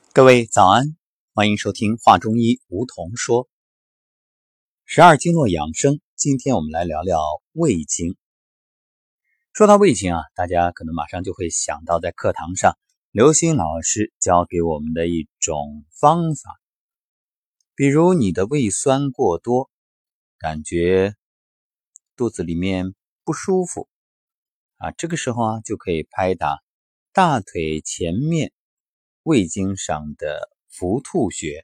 各位早安，欢迎收听话中医梧桐说。12经络养生，今天我们来聊聊胃经。说到胃经大家可能马上就会想到在课堂上刘星老师教给我们的一种方法。比如你的胃酸过多，感觉肚子里面不舒服这个时候就可以拍打大腿前面胃经上的浮兔穴。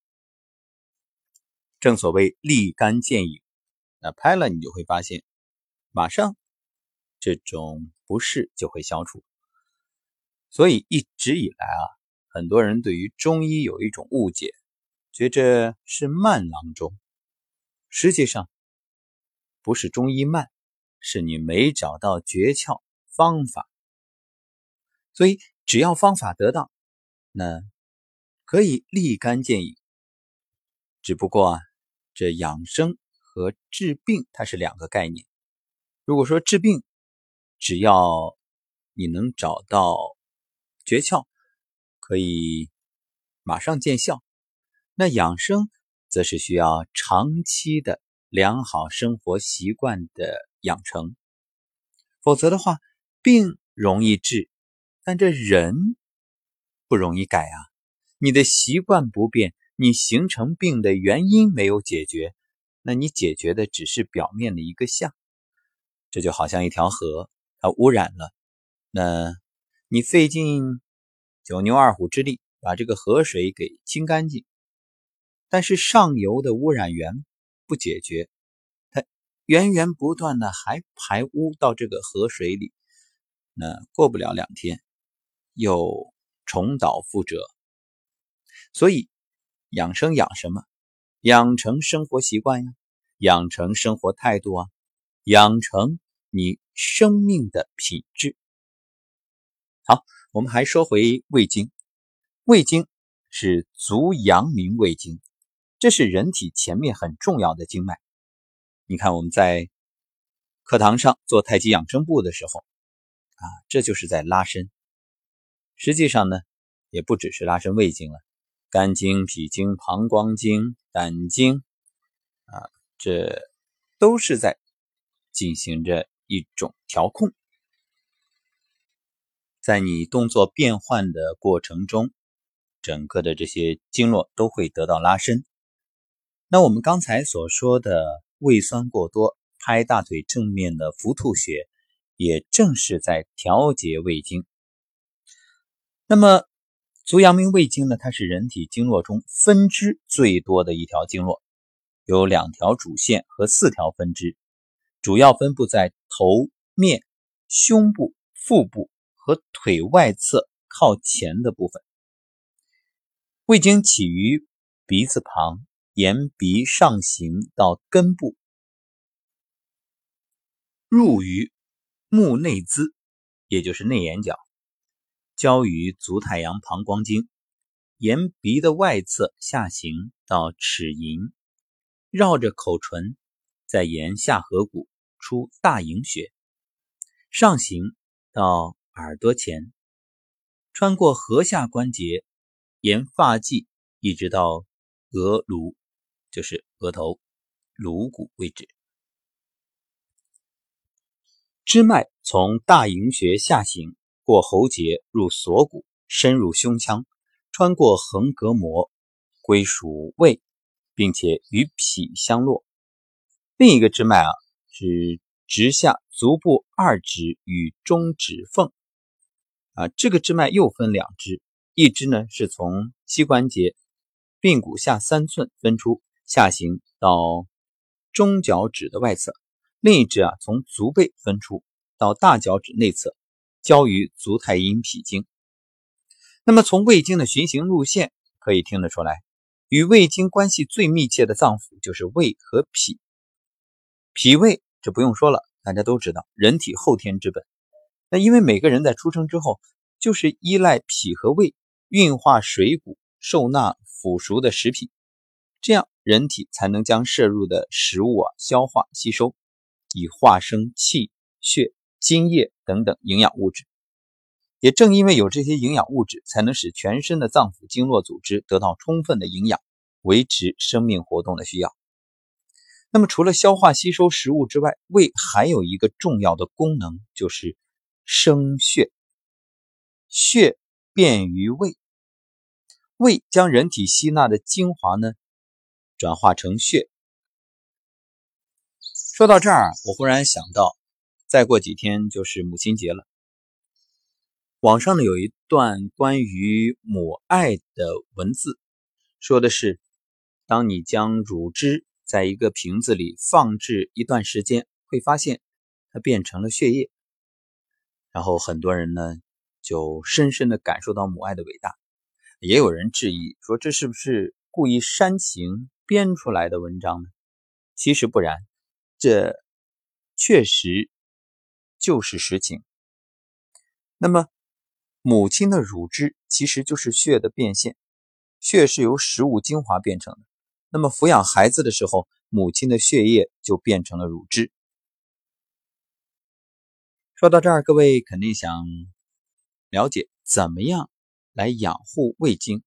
正所谓立竿见影，拍了你就会发现马上这种不适就会消除。所以一直以来很多人对于中医有一种误解，觉着是慢郎中。实际上不是中医慢，是你没找到诀窍方法。所以只要方法得当，那可以立竿见影。只不过这养生和治病它是两个概念。如果说治病只要你能找到诀窍，可以马上见效，那养生则是需要长期的良好生活习惯的养成。否则的话，病容易治，但这人不容易改你的习惯不变，你形成病的原因没有解决，那你解决的只是表面的一个象。这就好像一条河，它污染了，那你费尽九牛二虎之力把这个河水给清干净，但是上游的污染源不解决，它源源不断的还排污到这个河水里，那过不了2天又重蹈覆辙。所以养生养什么？养成生活习惯养成生活态度养成你生命的品质。好，我们还说回胃经。胃经是足阳明胃经，这是人体前面很重要的经脉。你看我们在课堂上做太极养生步的时候这就是在拉伸。实际上呢，也不只是拉伸胃经了，肝经、脾经、膀胱经、胆经这都是在进行着一种调控。在你动作变换的过程中，整个的这些经络都会得到拉伸。那我们刚才所说的胃酸过多，拍大腿正面的浮兔穴，也正是在调节胃经。那么足阳明胃经呢，它是人体经络中分支最多的一条经络，有2条主线和4条分支，主要分布在头面、胸部、腹部和腿外侧靠前的部分。胃经起于鼻子旁，沿鼻上行到根部，入于目内眦，也就是内眼角，交于足太阳膀胱经，沿鼻的外侧下行到齿龈，绕着口唇，再沿下颌骨出大迎穴，上行到耳朵前，穿过颌下关节，沿发际一直到额颅，就是额头颅骨位置。支脉从大迎穴下行，过喉结入锁骨，深入胸腔，穿过横膈膜，归属胃，并且与脾相络。另一个支脉是直下足部2指与中指缝这个支脉又分2支，一支呢是从膝关节髌骨下3寸分出，下行到中脚趾的外侧，另一支从足背分出到大脚趾内侧，交于足太阴脾经。那么从胃经的循行路线可以听得出来，与胃经关系最密切的脏腑就是胃和脾。脾胃这不用说了，大家都知道，人体后天之本。那因为每个人在出生之后，就是依赖脾和胃运化水谷，受纳腐熟的食品，这样人体才能将摄入的食物消化吸收，以化生气、血、津液等等营养物质。 也正因为有这些营养物质，才能使全身的脏腑经络组织得到充分的营养，维持生命活动的需要。那么除了消化吸收食物之外，胃还有一个重要的功能，就是生血。血便于胃，胃将人体吸纳的精华呢转化成血。说到这儿，我忽然想到，再过几天就是母亲节了。网上呢有一段关于母爱的文字，说的是，当你将乳汁在一个瓶子里放置一段时间，会发现它变成了血液。然后很多人呢就深深地感受到母爱的伟大。也有人质疑说，这是不是故意煽情编出来的文章呢？其实不然，这确实就是实情。那么母亲的乳汁其实就是血的变现，血是由食物精华变成的。那么抚养孩子的时候，母亲的血液就变成了乳汁。说到这儿，各位肯定想了解怎么样来养护胃经。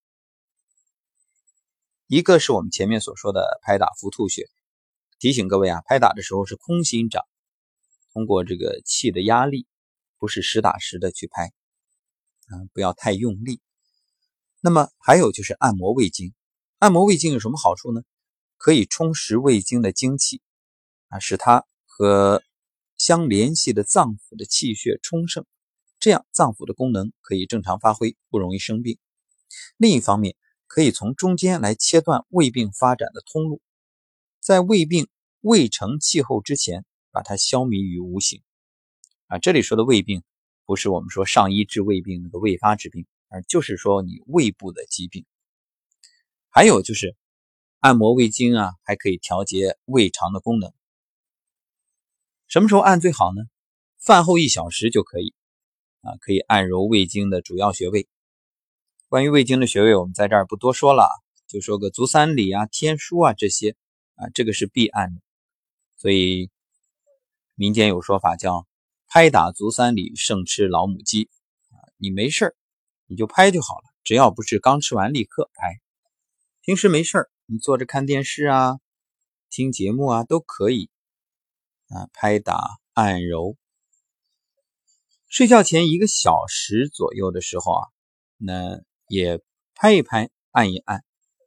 一个是我们前面所说的拍打腹吐穴，提醒各位啊，拍打的时候是空心掌，通过这个气的压力，不是实打实的去拍，不要太用力。那么还有就是按摩胃经，按摩胃经有什么好处呢？可以充实胃经的精气，使它和相联系的脏腑的气血充盛，这样脏腑的功能可以正常发挥，不容易生病。另一方面，可以从中间来切断胃病发展的通路，在胃病未成气候之前，把它消弭于无形。这里说的胃病，不是我们说上医治胃病那个未发之病，而就是说你胃部的疾病。还有就是按摩胃经啊，还可以调节胃肠的功能。什么时候按最好呢？饭后1小时就可以，可以按揉胃经的主要穴位。关于胃经的穴位，我们在这儿不多说了，就说个足三里啊、天枢啊这些，这个是必按的。所以民间有说法叫拍打足三里胜吃老母鸡，你没事你就拍就好了，只要不是刚吃完立刻拍。平时没事你坐着看电视啊、听节目啊都可以拍打按揉。睡觉前1个小时左右的时候那也拍一拍按一按。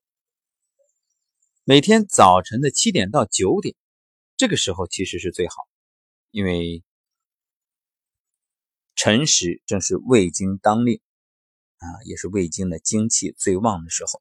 每天早晨的7点到9点，这个时候其实是最好，因为辰时正是胃经当令也是胃经的精气最旺的时候。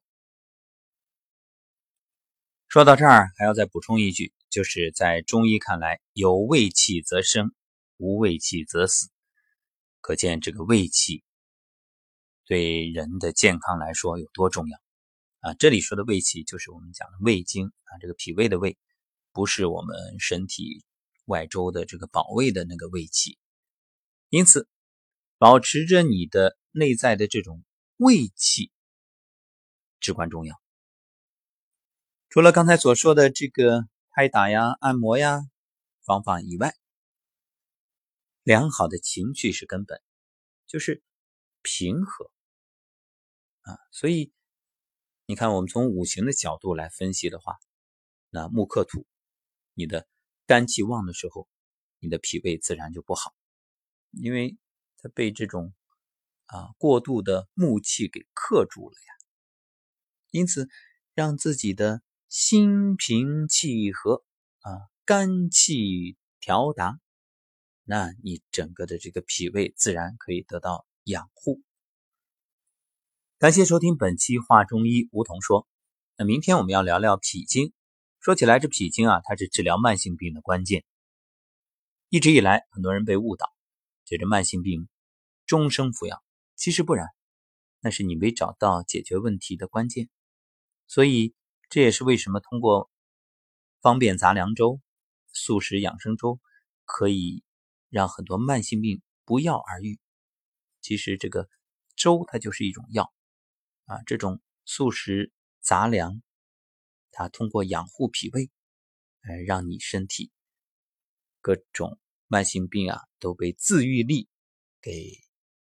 说到这儿还要再补充一句，就是在中医看来，有胃气则生，无胃气则死。可见这个胃气对人的健康来说有多重要这里说的胃气就是我们讲的胃经这个脾胃的胃，不是我们身体外周的这个保卫的那个胃气。因此保持着你的内在的这种胃气至关重要。除了刚才所说的这个拍打呀、按摩呀方法以外，良好的情绪是根本，就是平和所以你看我们从五行的角度来分析的话，那木克土，你的肝气旺的时候，你的脾胃自然就不好，因为它被这种过度的木气给克住了呀。因此让自己的心平气和肝气调达，那你整个的这个脾胃自然可以得到养护。感谢收听本期话中医梧桐说。那明天我们要聊聊脾经。说起来这脾经它是治疗慢性病的关键。一直以来很多人被误导，觉着慢性病终生服药，其实不然，那是你没找到解决问题的关键。所以这也是为什么通过方便杂粮粥、素食养生粥可以让很多慢性病不药而愈。其实这个粥它就是一种药这种素食杂粮它通过养护脾胃让你身体各种慢性病都被自愈力给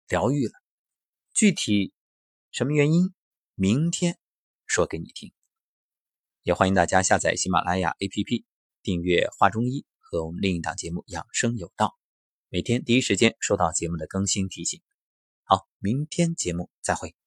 疗愈了。具体什么原因，明天说给你听。也欢迎大家下载喜马拉雅 APP， 订阅画中医和我们另一档节目养生有道，每天第一时间收到节目的更新提醒。好，明天节目再会。